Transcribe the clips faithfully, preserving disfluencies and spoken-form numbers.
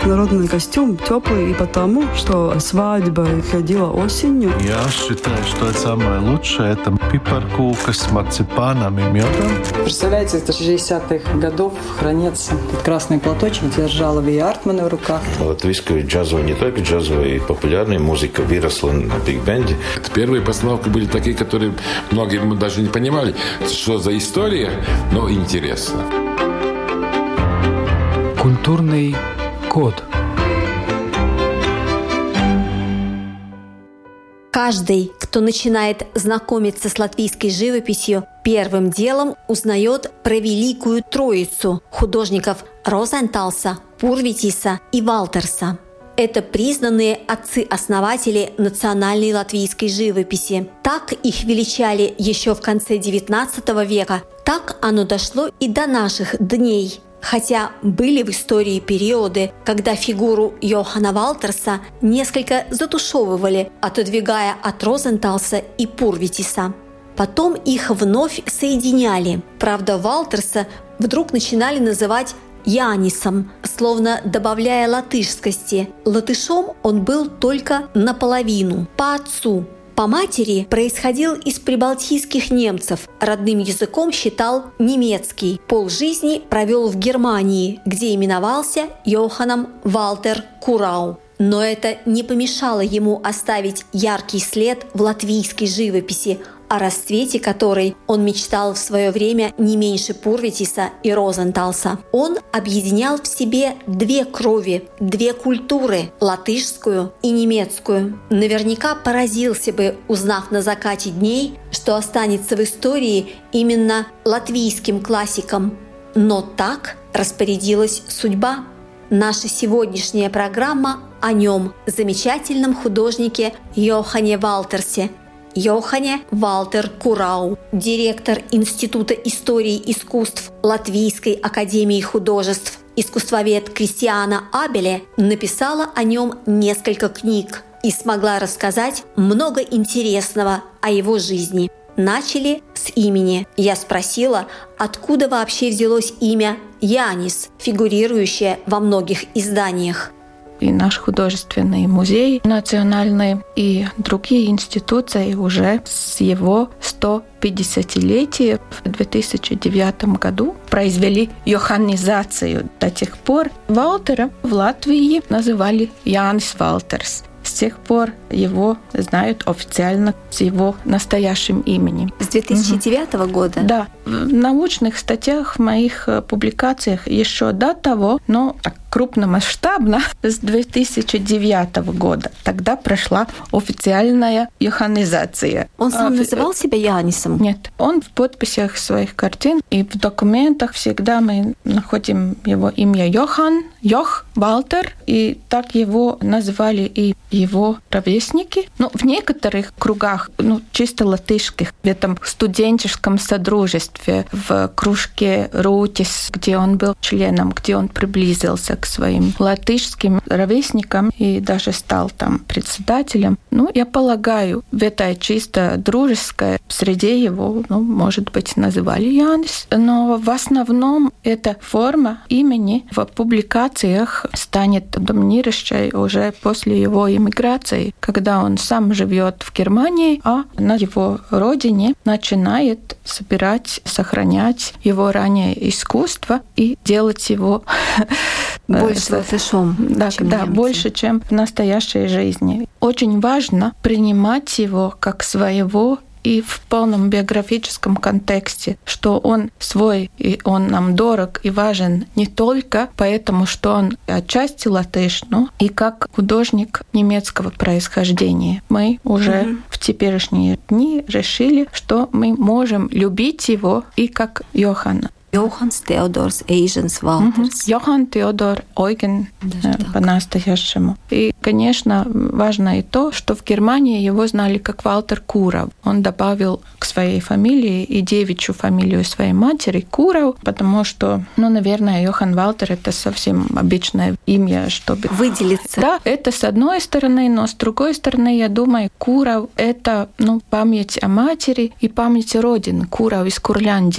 народный костюм теплый и потому, что свадьба ходила осенью. Я считаю, что это самое лучшее. Это пипаркука с марципаном и медом. Представляете, это шестидесятых годов хранится. Этот красный платочек держала Ви Артмана в руках. Латвийская джазовая, не только джазовая, популярная музыка выросла на биг-бенде. Первые постановки были такие, которые многие мы даже не понимали, что за история, но интересно. Культурный код. Каждый, кто начинает знакомиться с латвийской живописью, первым делом узнает про Великую Троицу художников Розенталса, Пурвитиса и Валтерса. Это признанные отцы-основатели национальной латвийской живописи. Так их величали еще в конце девятнадцатого века, так оно дошло и до наших дней. Хотя были в истории периоды, когда фигуру Йохана Валтерса несколько затушевывали, отодвигая от Розенталса и Пурвитиса. Потом их вновь соединяли. Правда, Валтерса вдруг начинали называть Янисом, словно добавляя латышскости. Латышом он был только наполовину, по отцу. По матери происходил из прибалтийских немцев, родным языком считал немецкий. Полжизни провел в Германии, где именовался Йоханом Валтер Курау. Но это не помешало ему оставить яркий след в латвийской живописи, о расцвете которой он мечтал в свое время не меньше Пурвитиса и Розенталса. Он объединял в себе две крови, две культуры – латышскую и немецкую. Наверняка поразился бы, узнав на закате дней, что останется в истории именно латвийским классиком. Но так распорядилась судьба. Наша сегодняшняя программа о нем, замечательном художнике Йохане Валтерсе. Йохане Валтер Курау, директор Института истории искусств Латвийской академии художеств, искусствовед Кристиана Абеле, написала о нем несколько книг и смогла рассказать много интересного о его жизни. Начали с имени. Я спросила, откуда вообще взялось имя Янис, фигурирующее во многих изданиях. И наш художественный музей национальный, и другие институции уже с его сто пятидесятилетия в две тысячи девятом году произвели йоханнизацию. До тех пор Валтера в Латвии называли Янис Валтерс. С тех пор его знают официально с его настоящим именем. С две тысячи девятого угу. года? Да. В научных статьях, в моих публикациях еще до того, но так крупномасштабно, с две тысячи девятого года. Тогда прошла официальная йоханизация. Он сам а, называл себя Янисом? Нет. Он в подписях своих картин и в документах всегда мы находим его имя Йохан, Йох, Валтер, и так его назвали и его ровесники. Ну, в некоторых кругах, ну, чисто латышских, в этом студенческом содружестве, в кружке Рутис, где он был членом, где он приблизился к своим латышским ровесникам и даже стал там председателем. Ну, я полагаю, в этой чисто дружеской среде его, ну, может быть, называли Янис. Но в основном эта форма имени в публикациях станет доминирующей уже после его эмиграции, когда он сам живет в Германии, а на его родине начинает собирать, сохранять его раннее искусство и делать его больше латышом, да, чем да, немцы. Больше, чем в настоящей жизни. Очень важно принимать его как своего и в полном биографическом контексте, что он свой, и он нам дорог и важен не только потому, что он отчасти латыш, но и как художник немецкого происхождения. Мы уже mm-hmm. в теперешние дни решили, что мы можем любить его и как Йохана. Йоханс Теодорс Эйженс Валтерс. Йохан Теодор Ойген по-настоящему. И, конечно, важно и то, что в Германии его знали как Валтер Курау. Он добавил к своей фамилии и девичью фамилию своей матери Курау, потому что, ну, наверное, Йохан Валтер — это совсем обычное имя, чтобы выделиться. Да, это с одной стороны, но с другой стороны, я думаю, Курау — это, ну, память о матери и память о родине. Курау из Курляндии.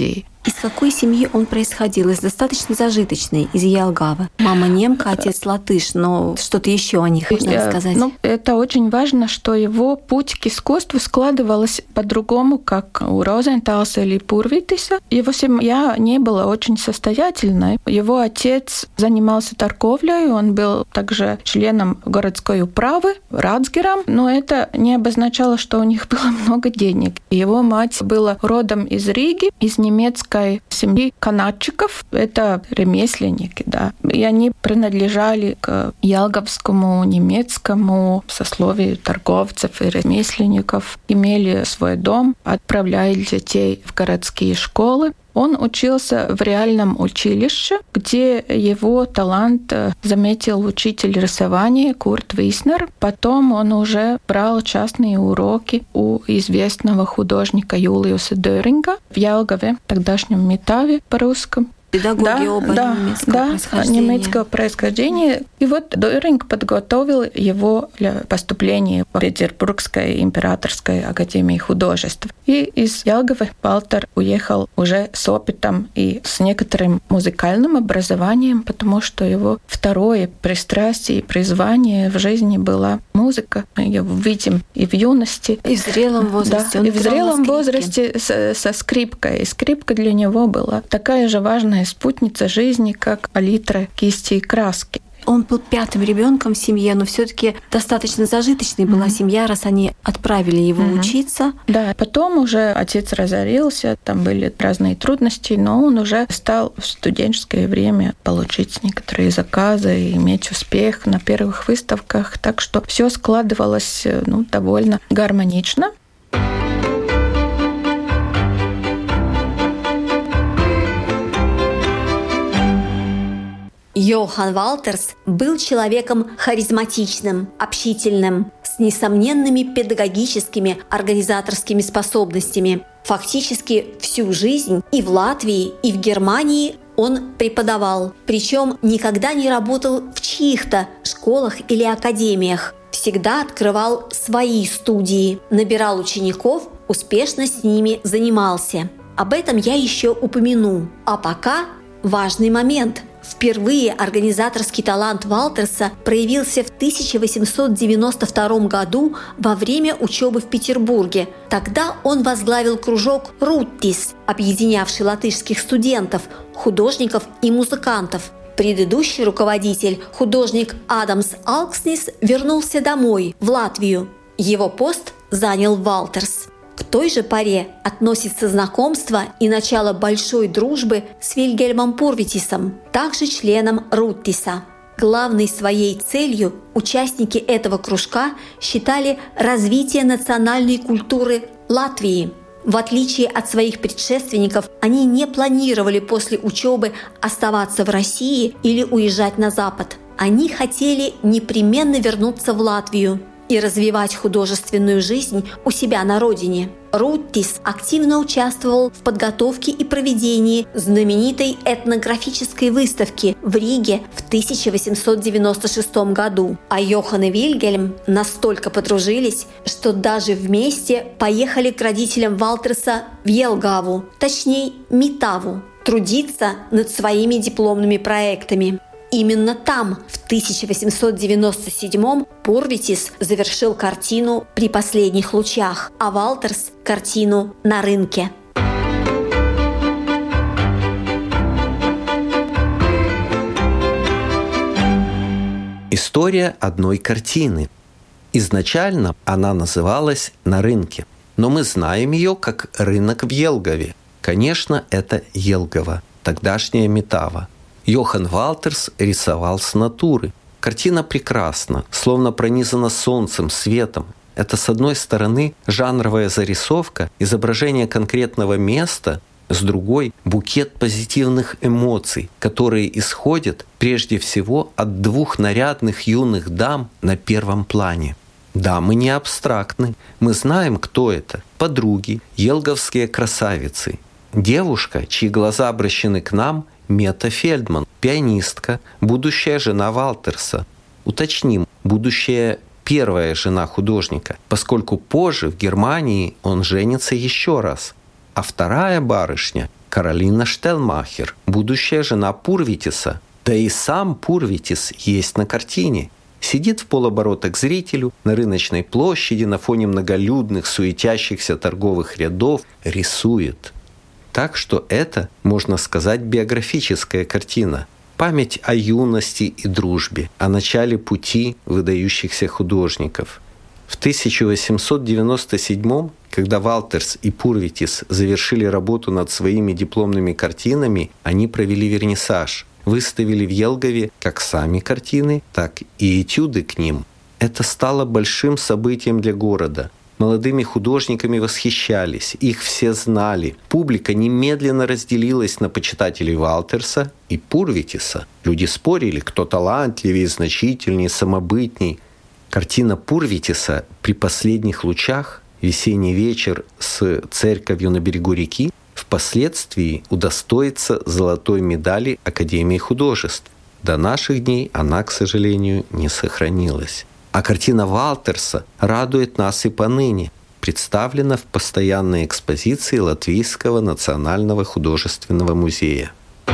Из какой семьи он происходил? Из достаточно зажиточной, из Елгавы. Мама немка, отец латыш, но что-то еще о них можно сказать? Ну, это очень важно, что его путь к искусству складывался по-другому, как у Розенталса или Пурвитиса. Его семья не была очень состоятельной. Его отец занимался торговлей, он был также членом городской управы, рацгером, но это не обозначало, что у них было много денег. Его мать была родом из Риги, из немецкой семьи канатчиков. Это ремесленники, да. И они принадлежали к ялговскому, немецкому сословию торговцев и ремесленников. Имели свой дом, отправляли детей в городские школы. Он учился в реальном училище, где его талант заметил учитель рисования Курт Виснер. Потом он уже брал частные уроки у известного художника Юлиуса Деринга в Ялгове, тогдашнем Метаве по-русски. Педагоги да, оба да, немецкого да, происхождения. немецкого происхождения. И вот Деринг подготовил его для поступления в Петербургской императорской академии художеств. И из Ялговы Валтер уехал уже с опытом и с некоторым музыкальным образованием, потому что его второе пристрастие и призвание в жизни была музыка. Мы ее видим и в юности. И в зрелом возрасте. Да, он и в зрелом скрипке. возрасте со, со скрипкой. И скрипка для него была такая же важная спутница жизни, как палитра, кисти и краски. Он был пятым ребенком в семье, но все-таки достаточно зажиточной была mm-hmm. семья, раз они отправили его mm-hmm. учиться. Да, потом уже отец разорился, там были разные трудности, но он уже стал в студенческое время получить некоторые заказы, иметь успех на первых выставках, так что все складывалось ну, довольно гармонично. Йохан Валтерс был человеком харизматичным, общительным, с несомненными педагогическими, организаторскими способностями. Фактически всю жизнь и в Латвии, и в Германии он преподавал. Причем никогда не работал в чьих-то школах или академиях. Всегда открывал свои студии, набирал учеников, успешно с ними занимался. Об этом я еще упомяну. А пока важный момент – впервые организаторский талант Валтерса проявился в тысяча восемьсот девяносто втором году во время учебы в Петербурге. Тогда он возглавил кружок «Руттис», объединявший латышских студентов, художников и музыкантов. Предыдущий руководитель, художник Адамс Алкснис, вернулся домой, в Латвию. Его пост занял Валтерс. К той же поре относится знакомство и начало большой дружбы с Вильгельмом Пурвитисом, также членом Руттиса. Главной своей целью участники этого кружка считали развитие национальной культуры Латвии. В отличие от своих предшественников, они не планировали после учебы оставаться в России или уезжать на Запад. Они хотели непременно вернуться в Латвию и развивать художественную жизнь у себя на родине. Руттис активно участвовал в подготовке и проведении знаменитой этнографической выставки в Риге в тысяча восемьсот девяносто шестом году. А Йохан и Вильгельм настолько подружились, что даже вместе поехали к родителям Валтерса в Елгаву, точнее Метаву, трудиться над своими дипломными проектами. Именно там, в тысяча восемьсот девяносто седьмом, Пурвитис завершил картину «При последних лучах», а Валтерс – картину «На рынке». История одной картины. Изначально она называлась «На рынке», но мы знаем ее как «Рынок в Елгове». Конечно, это Елгова, тогдашняя Метава. Йохан Валтерс рисовал с натуры. Картина прекрасна, словно пронизана солнцем, светом. Это, с одной стороны, жанровая зарисовка, изображение конкретного места, с другой – букет позитивных эмоций, которые исходят прежде всего от двух нарядных юных дам на первом плане. Дамы не абстрактны. Мы знаем, кто это. Подруги, елговские красавицы. Девушка, чьи глаза обращены к нам – Мета Фельдман, пианистка, будущая жена Валтерса. Уточним, будущая первая жена художника, поскольку позже в Германии он женится еще раз. А вторая барышня – Каролина Штельмахер, будущая жена Пурвитиса. Да и сам Пурвитис есть на картине. Сидит в полоборота к зрителю на рыночной площади на фоне многолюдных, суетящихся торговых рядов, рисует. Так что это, можно сказать, биографическая картина. Память о юности и дружбе, о начале пути выдающихся художников. В тысяча восемьсот девяносто седьмом, когда Валтерс и Пурвитис завершили работу над своими дипломными картинами, они провели вернисаж, выставили в Елгове как сами картины, так и этюды к ним. Это стало большим событием для города. Молодыми художниками восхищались, их все знали. Публика немедленно разделилась на почитателей Валтерса и Пурвитиса. Люди спорили, кто талантливее, значительнее, самобытней. Картина Пурвитиса «При последних лучах», «Весенний вечер с церковью на берегу реки» впоследствии удостоится золотой медали Академии художеств. До наших дней она, к сожалению, не сохранилась. А картина Валтерса радует нас и поныне. Представлена в постоянной экспозиции Латвийского национального художественного музея.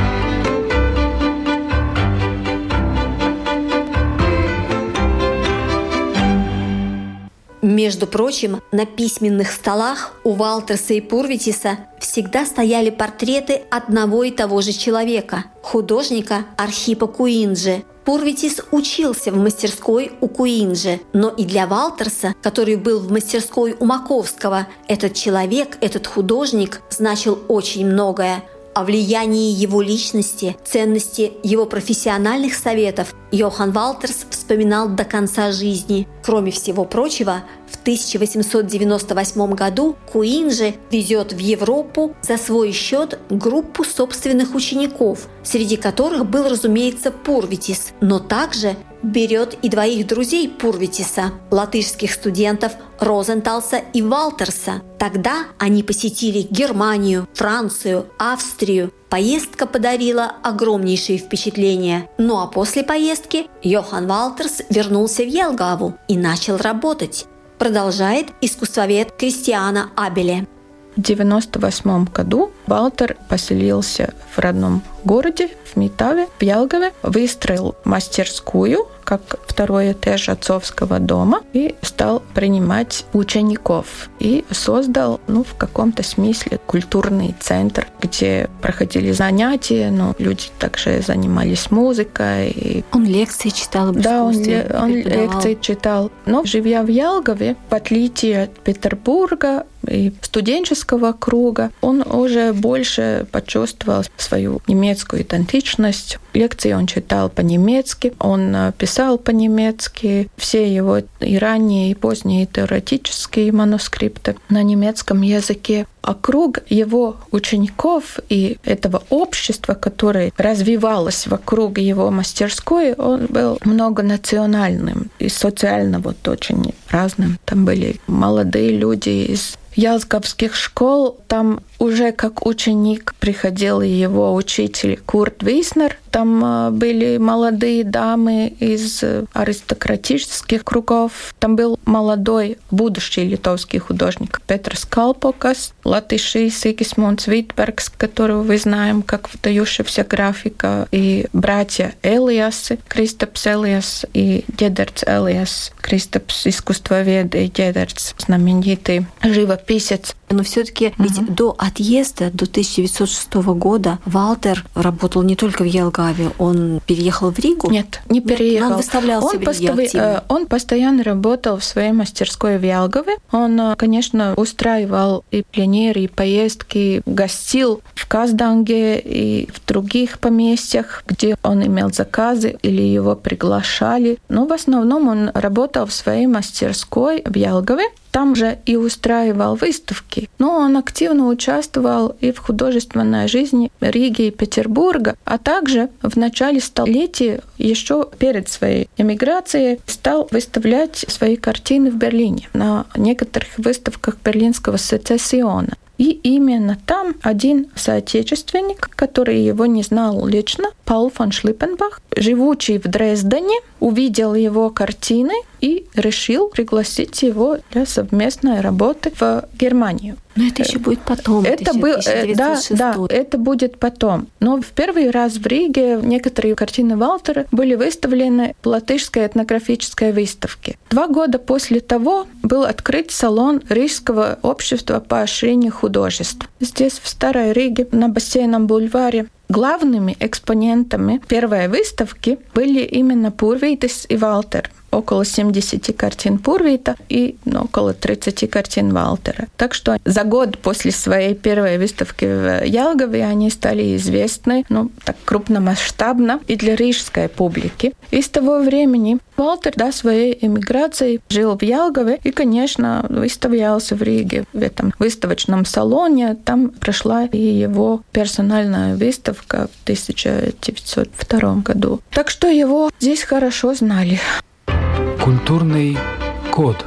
Между прочим, на письменных столах у Валтерса и Пурвитиса всегда стояли портреты одного и того же человека – художника Архипа Куинджи. Пурвитис учился в мастерской у Куинджи, но и для Валтерса, который был в мастерской у Маковского, этот человек, этот художник значил очень многое. О влиянии его личности, ценности его профессиональных советов Йохан Валтерс вспоминал до конца жизни. Кроме всего прочего, в тысяча восемьсот девяносто восьмом году Куинджи везет в Европу за свой счет группу собственных учеников, среди которых был, разумеется, Пурвитис, но также берет и двоих друзей Пурвитиса, латышских студентов Розенталса и Валтерса. Тогда они посетили Германию, Францию, Австрию. Поездка подарила огромнейшие впечатления. Ну а после поездки Йохан Валтерс вернулся в Елгаву и начал работать. Продолжает искусствовед Кристиана Абеле. В девяносто восьмом году Валтер поселился в родном городе, в Митаве, в Елгаве, выстроил мастерскую, как второй этаж отцовского дома, и стал принимать учеников. И создал, ну, в каком-то смысле культурный центр, где проходили занятия, но люди также занимались музыкой. И... Он лекции читал об искусстве. Да, он, он лекции читал. Но, живя в Елгаве, в отличие от Петербурга и студенческого круга, он уже больше почувствовал свою немецкую идентичность. Лекции он читал по-немецки, он писал по-немецки. Все его и ранние, и поздние теоретические манускрипты на немецком языке. А круг его учеников и этого общества, которое развивалось вокруг его мастерской, он был многонациональным и социально вот очень разным. Там были молодые люди из ялговских школ. Там уже как ученик приходил его учитель Курт Виснер. Там были молодые дамы из аристократических кругов. Там был молодой будущий литовский художник Петрас Калпокас, латыши Сигисмунds Витбергс, которого вы знаем как выдающегося графика, и братья Элиасы, Кристопс Элиас и Дедерц Элиас. Кристопс искусствовед и Дедерц знаменитый живописец. Но все-таки uh-huh. ведь до отъезда, до тысяча девятьсот шестого года, Валтер работал не только в Елгаве, он переехал в Ригу? Нет, не переехал. Он выставлялся он в Риге постав... активно. Он постоянно работал в своей мастерской в Елгаве. Он, конечно, устраивал и пленеры, и поездки, гостил в Казданге и в других поместьях, где он имел заказы или его приглашали. Но в основном он работал в своей мастерской в Елгаве. Там же и устраивал выставки. Но он активно участвовал и в художественной жизни Риги и Петербурга, а также в начале столетия, еще перед своей эмиграцией, стал выставлять свои картины в Берлине на некоторых выставках Берлинского сецессиона. И именно там один соотечественник, который его не знал лично, Паул фон Шлиппенбах, живучий в Дрездене, увидел его картины и решил пригласить его для совместной работы в Германию. Но это еще будет потом. Это был, да, да, это будет потом. Но в первый раз в Риге некоторые картины Валтера были выставлены в Латышской этнографической выставке. Два года после того был открыт салон Рижского общества поощрения художеств. Здесь, в Старой Риге, на Бассейном бульваре. Главными экспонентами первой выставки были именно Пурвītis и Валтер. Около семьдесят картин Пурвīta и ну, около тридцать картин Валтера. Так что за год после своей первой выставки в Jelgavе они стали известны ну, так крупномасштабно и для рижской публики. И с того времени Валтер до своей эмиграции жил в Jelgavе и, конечно, выставлялся в Риге в этом выставочном салоне. Там прошла и его персональная выставка в тысяча девятьсот втором году. Так что его здесь хорошо знали. Культурный код.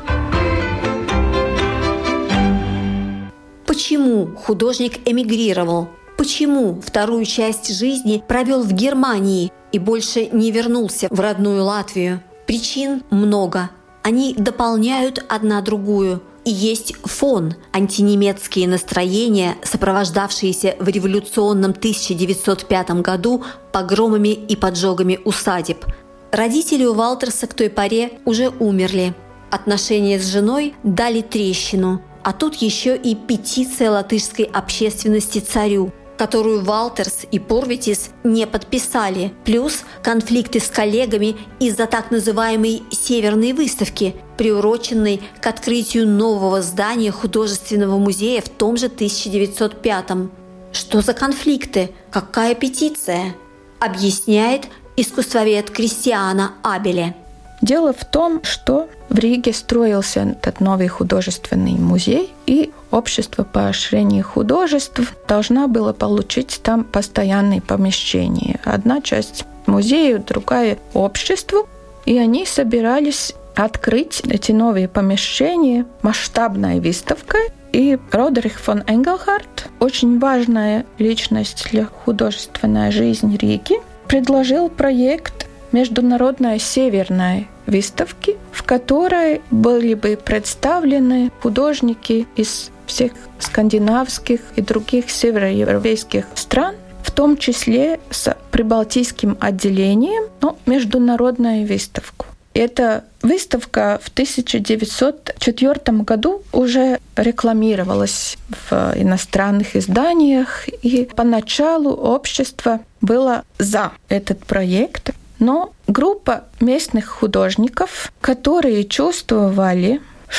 Почему художник эмигрировал? Почему вторую часть жизни провел в Германии и больше не вернулся в родную Латвию? Причин много. Они дополняют одна другую. И есть фон, антинемецкие настроения, сопровождавшиеся в революционном тысяча девятьсот пятом году погромами и поджогами усадеб. Родители у Валтерса к той поре уже умерли. Отношения с женой дали трещину. А тут еще и петиция латышской общественности царю, которую Валтерс и Пурвītis не подписали. Плюс конфликты с коллегами из-за так называемой «Северной выставки», приуроченной к открытию нового здания художественного музея в том же тысяча девятьсот пятом. Что за конфликты? Какая петиция? Объясняет искусствовед Кристиана Абеле. Дело в том, что в Риге строился этот новый художественный музей, и общество поощрения художеств должна была получить там постоянные помещения. Одна часть музею, другая обществу, и они собирались открыть эти новые помещения масштабной выставкой. И Родерих фон Энгельхарт, очень важная личность для художественной жизни Риги, предложил проект международной северной выставки, в которой были бы представлены художники из всех скандинавских и других североевропейских стран, в том числе с прибалтийским отделением, но международную выставку. Эта выставка в тысяча девятьсот четвёртом году уже рекламировалась в иностранных изданиях, и поначалу общество было за этот проект, но группа местных художников, которые чувствовали,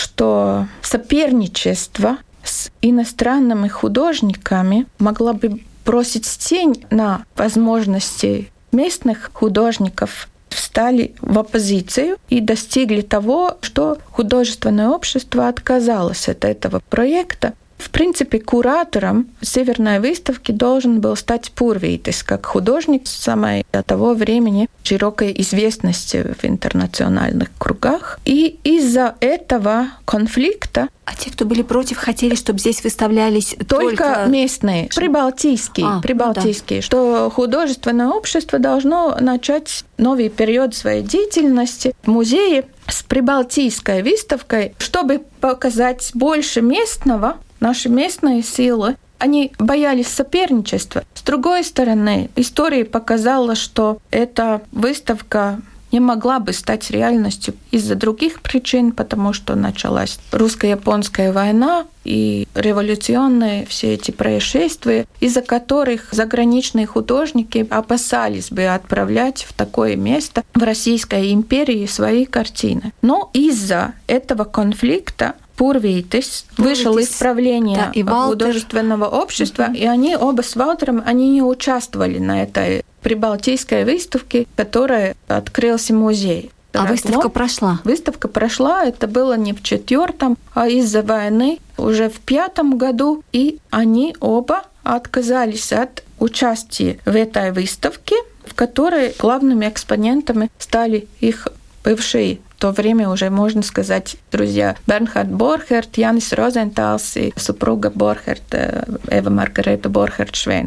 что соперничество с иностранными художниками могло бы бросить тень на возможности местных художников, встали в оппозицию и достигли того, что художественное общество отказалось от этого проекта. В принципе, куратором Северной выставки должен был стать Purvītis, как художник с самой до того времени широкой известности в интернациональных кругах. И из-за этого конфликта... А те, кто были против, хотели, чтобы здесь выставлялись только... Только местные, прибалтийские, а, прибалтийские, да. Что художественное общество должно начать новый период своей деятельности в музее с прибалтийской выставкой, чтобы показать больше местного. Наши местные силы, они боялись соперничества. С другой стороны, история показала, что эта выставка не могла бы стать реальностью из-за других причин, потому что началась русско-японская война и революционные все эти происшествия, из-за которых заграничные художники опасались бы отправлять в такое место в Российской империи свои картины. Но из-за этого конфликта Purvītis вышел из правления да, художественного общества, mm-hmm. и они оба с Валтером, они не участвовали на этой прибалтийской выставке, которая открылся музей. А Но выставка прошла? Выставка прошла, это было не в четвертом, а из-за войны уже в пятом году, и они оба отказались от участия в этой выставке, в которой главными экспонентами стали их бывшие в то время уже, можно сказать, друзья Бернхард Борхерт, Янис Розенталс и супруга Борхерт Эва Маргарета Борхерт-Швейнфурт.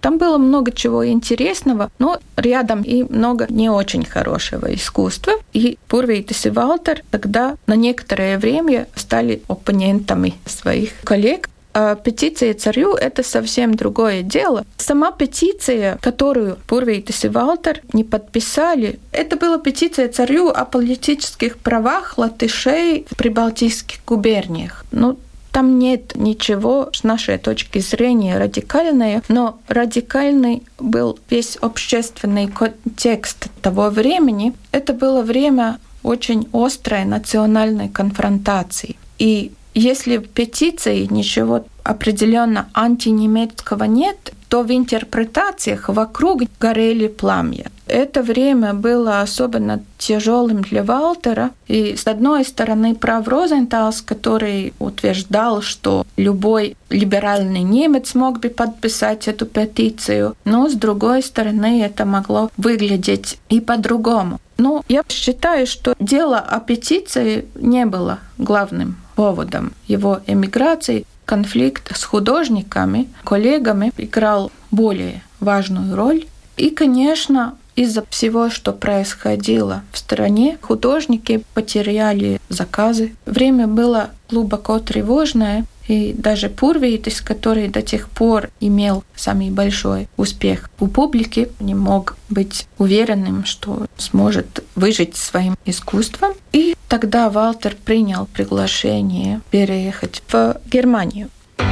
Там было много чего интересного, но рядом и много не очень хорошего искусства. И Purvītis и Валтер тогда на некоторое время стали оппонентами своих коллег. А петиция царю — это совсем другое дело. Сама петиция, которую Purvītis и Валтер не подписали, это была петиция царю о политических правах латышей в прибалтийских губерниях. Ну, там нет ничего, с нашей точки зрения, радикального, но радикальный был весь общественный контекст того времени. Это было время очень острой национальной конфронтации. И если в петиции ничего определенно антинемецкого нет, то в интерпретациях вокруг горели пламя. Это время было особенно тяжелым для Валтера. И с одной стороны, прав Розенталс, который утверждал, что любой либеральный немец мог бы подписать эту петицию, но с другой стороны, это могло выглядеть и по-другому. Но я считаю, что дело о петиции не было главным поводом его эмиграции. Конфликт с художниками, коллегами играл более важную роль. И, конечно, из-за всего, что происходило в стране, художники потеряли заказы. Время было глубоко тревожное, и даже Purvītis, который до тех пор имел самый большой успех у публики, не мог быть уверенным, что сможет выжить своим искусством. И тогда Валтер принял приглашение переехать в Германию.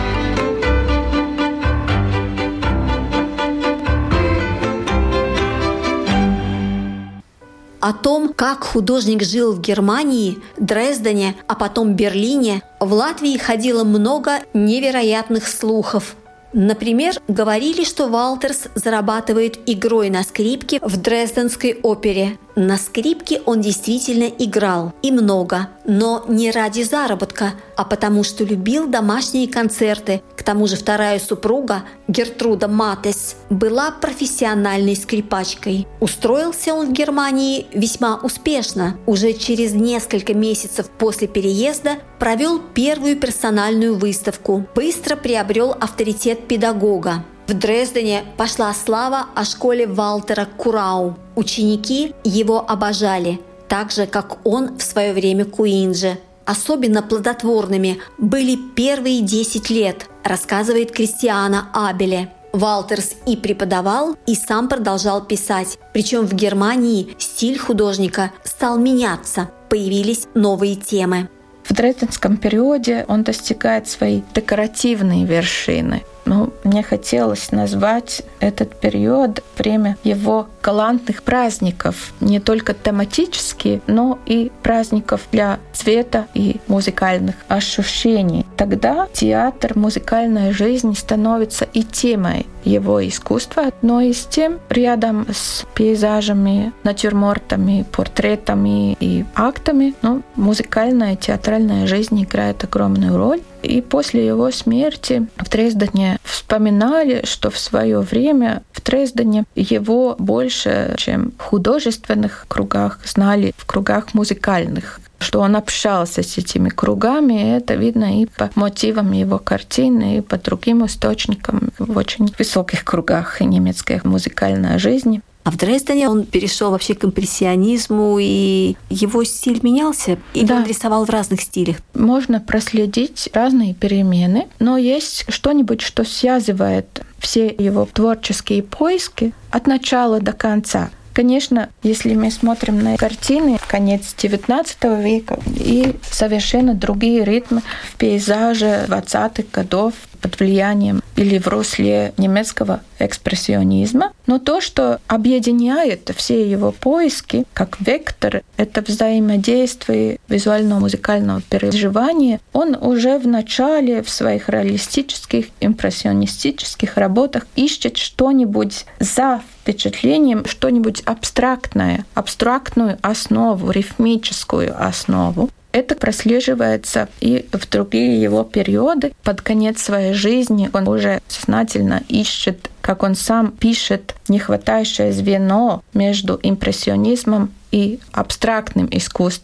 О том, как художник жил в Германии, Дрездене, а потом Берлине, в Латвии ходило много невероятных слухов. Например, говорили, что Валтерс зарабатывает игрой на скрипке в Дрезденской опере. На скрипке он действительно играл, и много, но не ради заработка, а потому что любил домашние концерты. К тому же вторая супруга, Гертруда Матес, была профессиональной скрипачкой. Устроился он в Германии весьма успешно. Уже через несколько месяцев после переезда провел первую персональную выставку. Быстро приобрел авторитет педагога. В Дрездене пошла слава о школе Валтера Курау. Ученики его обожали, так же, как он в свое время Куинджи. Особенно плодотворными были первые десять лет, рассказывает Кристиана Абеле. Валтерс и преподавал, и сам продолжал писать. Причем в Германии стиль художника стал меняться, появились новые темы. В дрезденском периоде он достигает своей декоративной вершины. Но мне хотелось назвать этот период время его галантных праздников, не только тематические, но и праздников для цвета и музыкальных ощущений. Тогда театр, музыкальная жизнь становится и темой его искусства, одной из тем, рядом с пейзажами, натюрмортами, портретами и актами. Но музыкальная театральная жизнь играет огромную роль. И после его смерти в Дрездене вспоминали, что в свое время в Дрездене его больше, чем в художественных кругах, знали в кругах музыкальных. Что он общался с этими кругами, это видно и по мотивам его картины, и по другим источникам в очень высоких кругах немецкой музыкальной жизни. А в Дрездене он перешел вообще к импрессионизму, и его стиль менялся, или да. Он рисовал в разных стилях? Можно проследить разные перемены, но есть что-нибудь, что связывает все его творческие поиски от начала до конца. Конечно, если мы смотрим на картины конец девятнадцатого века и совершенно другие ритмы в пейзаже двадцатых годов под влиянием или в русле немецкого экспрессионизма. Но то, что объединяет все его поиски, как вектор, это взаимодействие визуально-музыкального переживания, он уже в начале в своих реалистических, импрессионистических работах ищет что-нибудь за впечатлением, что-нибудь абстрактное, абстрактную основу, рифмическую основу. Это прослеживается и в другие его периоды. Под конец своей жизни он уже сознательно ищет, как он сам пишет, нехватающее звено между импрессионизмом и абстрактным искусством.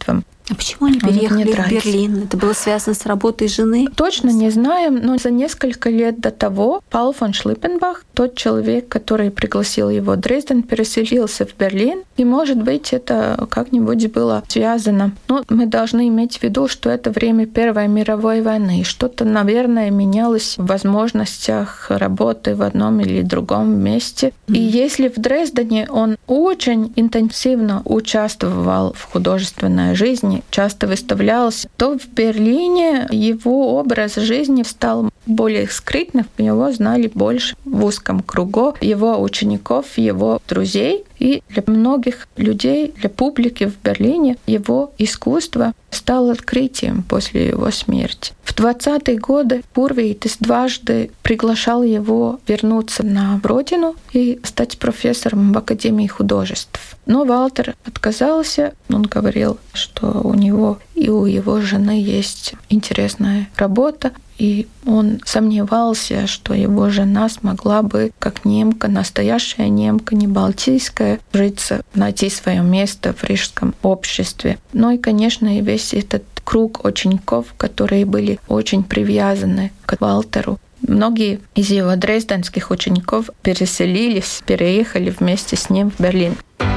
А почему они переехали в Берлин? Это было связано с работой жены? Точно не знаем, но за несколько лет до того Паул фон Шлиппенбах, тот человек, который пригласил его в Дрезден, переселился в Берлин. И, может быть, это как-нибудь было связано. Но мы должны иметь в виду, что это время Первой мировой войны. Что-то, наверное, менялось в возможностях работы в одном или другом месте. Mm-hmm. И если в Дрездене он очень интенсивно участвовал в художественной жизни, часто выставлялся, то в Берлине его образ жизни стал более скрытным, его знали больше в узком кругу его учеников, его друзей. И для многих людей, для публики в Берлине его искусство стало открытием после его смерти. В двадцатые годы Пурвитис дважды приглашал его вернуться на родину и стать профессором в Академии художеств. Но Валтер отказался. Он говорил, что у него и у его жены есть интересная работа, и он сомневался, что его жена смогла бы, как немка, настоящая немка, не балтийская, житься, найти свое место в рижском обществе. Ну и, конечно, и весь этот круг учеников, которые были очень привязаны к Валтеру. Многие из его дрезденских учеников переселились, переехали вместе с ним в Берлин.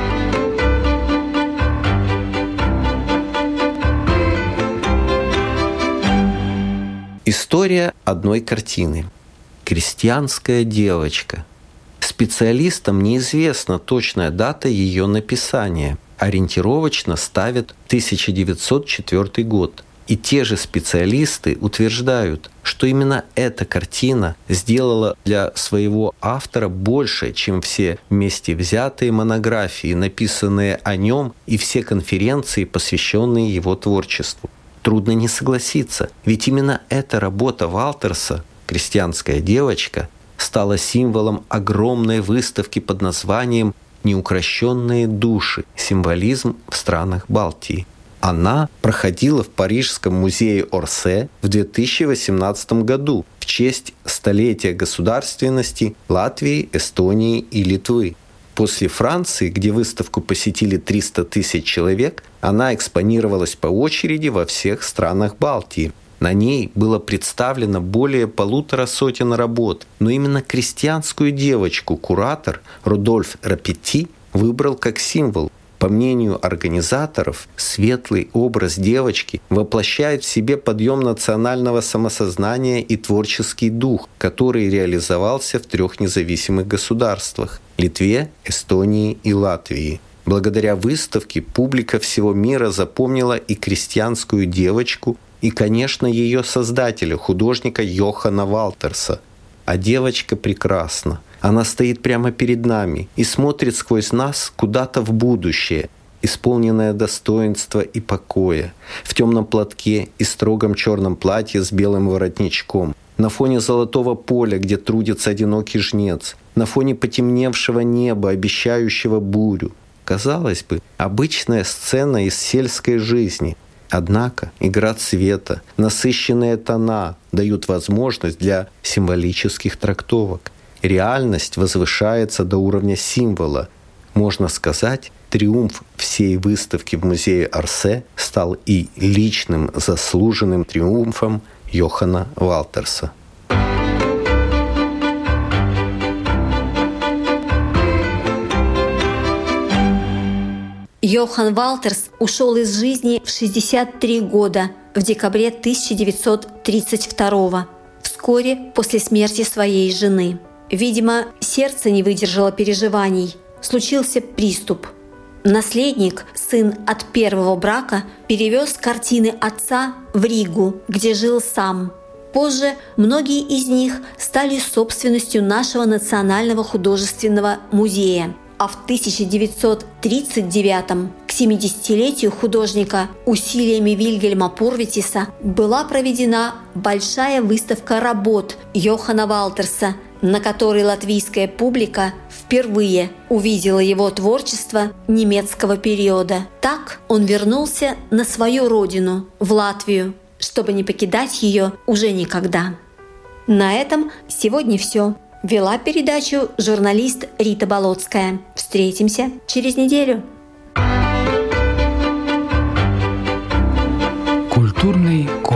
История одной картины. Крестьянская девочка. Специалистам неизвестна точная дата ее написания. Ориентировочно ставят тысяча девятьсот четвёртый год. И те же специалисты утверждают, что именно эта картина сделала для своего автора больше, чем все вместе взятые монографии, написанные о нем, и все конференции, посвященные его творчеству. Трудно не согласиться, ведь именно эта работа Валтерса, «Крестьянская девочка», стала символом огромной выставки под названием «Неукрощенные души. Символизм в странах Балтии». Она проходила в Парижском музее Орсе в две тысячи восемнадцатом году в честь столетия государственности Латвии, Эстонии и Литвы. После Франции, где выставку посетили триста тысяч человек, она экспонировалась по очереди во всех странах Балтии. На ней было представлено более полутора сотен работ, но именно крестьянскую девочку куратор Рудольф Рапетти выбрал как символ. По мнению организаторов, светлый образ девочки воплощает в себе подъем национального самосознания и творческий дух, который реализовался в трех независимых государствах – Литве, Эстонии и Латвии. Благодаря выставке публика всего мира запомнила и крестьянскую девочку, и, конечно, ее создателя, художника Йохана Валтерса. А девочка прекрасна. Она стоит прямо перед нами и смотрит сквозь нас куда-то в будущее, исполненное достоинства и покоя, в темном платке и строгом черном платье с белым воротничком, на фоне золотого поля, где трудится одинокий жнец, на фоне потемневшего неба, обещающего бурю. Казалось бы, обычная сцена из сельской жизни. Однако игра цвета, насыщенные тона дают возможность для символических трактовок. Реальность возвышается до уровня символа. Можно сказать, триумф всей выставки в музее Орсе стал и личным заслуженным триумфом Йохана Валтерса. Йохан Валтерс ушел из жизни в шестьдесят три года, в декабре тысяча девятьсот тридцать второго, вскоре после смерти своей жены. Видимо, сердце не выдержало переживаний. Случился приступ. Наследник, сын от первого брака, перевез картины отца в Ригу, где жил сам. Позже многие из них стали собственностью нашего Национального художественного музея. А в тысяча девятьсот тридцать девятом, к семидесятилетию художника, усилиями Вильгельма Пурвитиса была проведена большая выставка работ Йохана Валтерса, на которой латвийская публика впервые увидела его творчество немецкого периода. Так он вернулся на свою родину, в Латвию, чтобы не покидать ее уже никогда. На этом сегодня все. Вела передачу журналист Рита Болотская. Встретимся через неделю. Культурный код.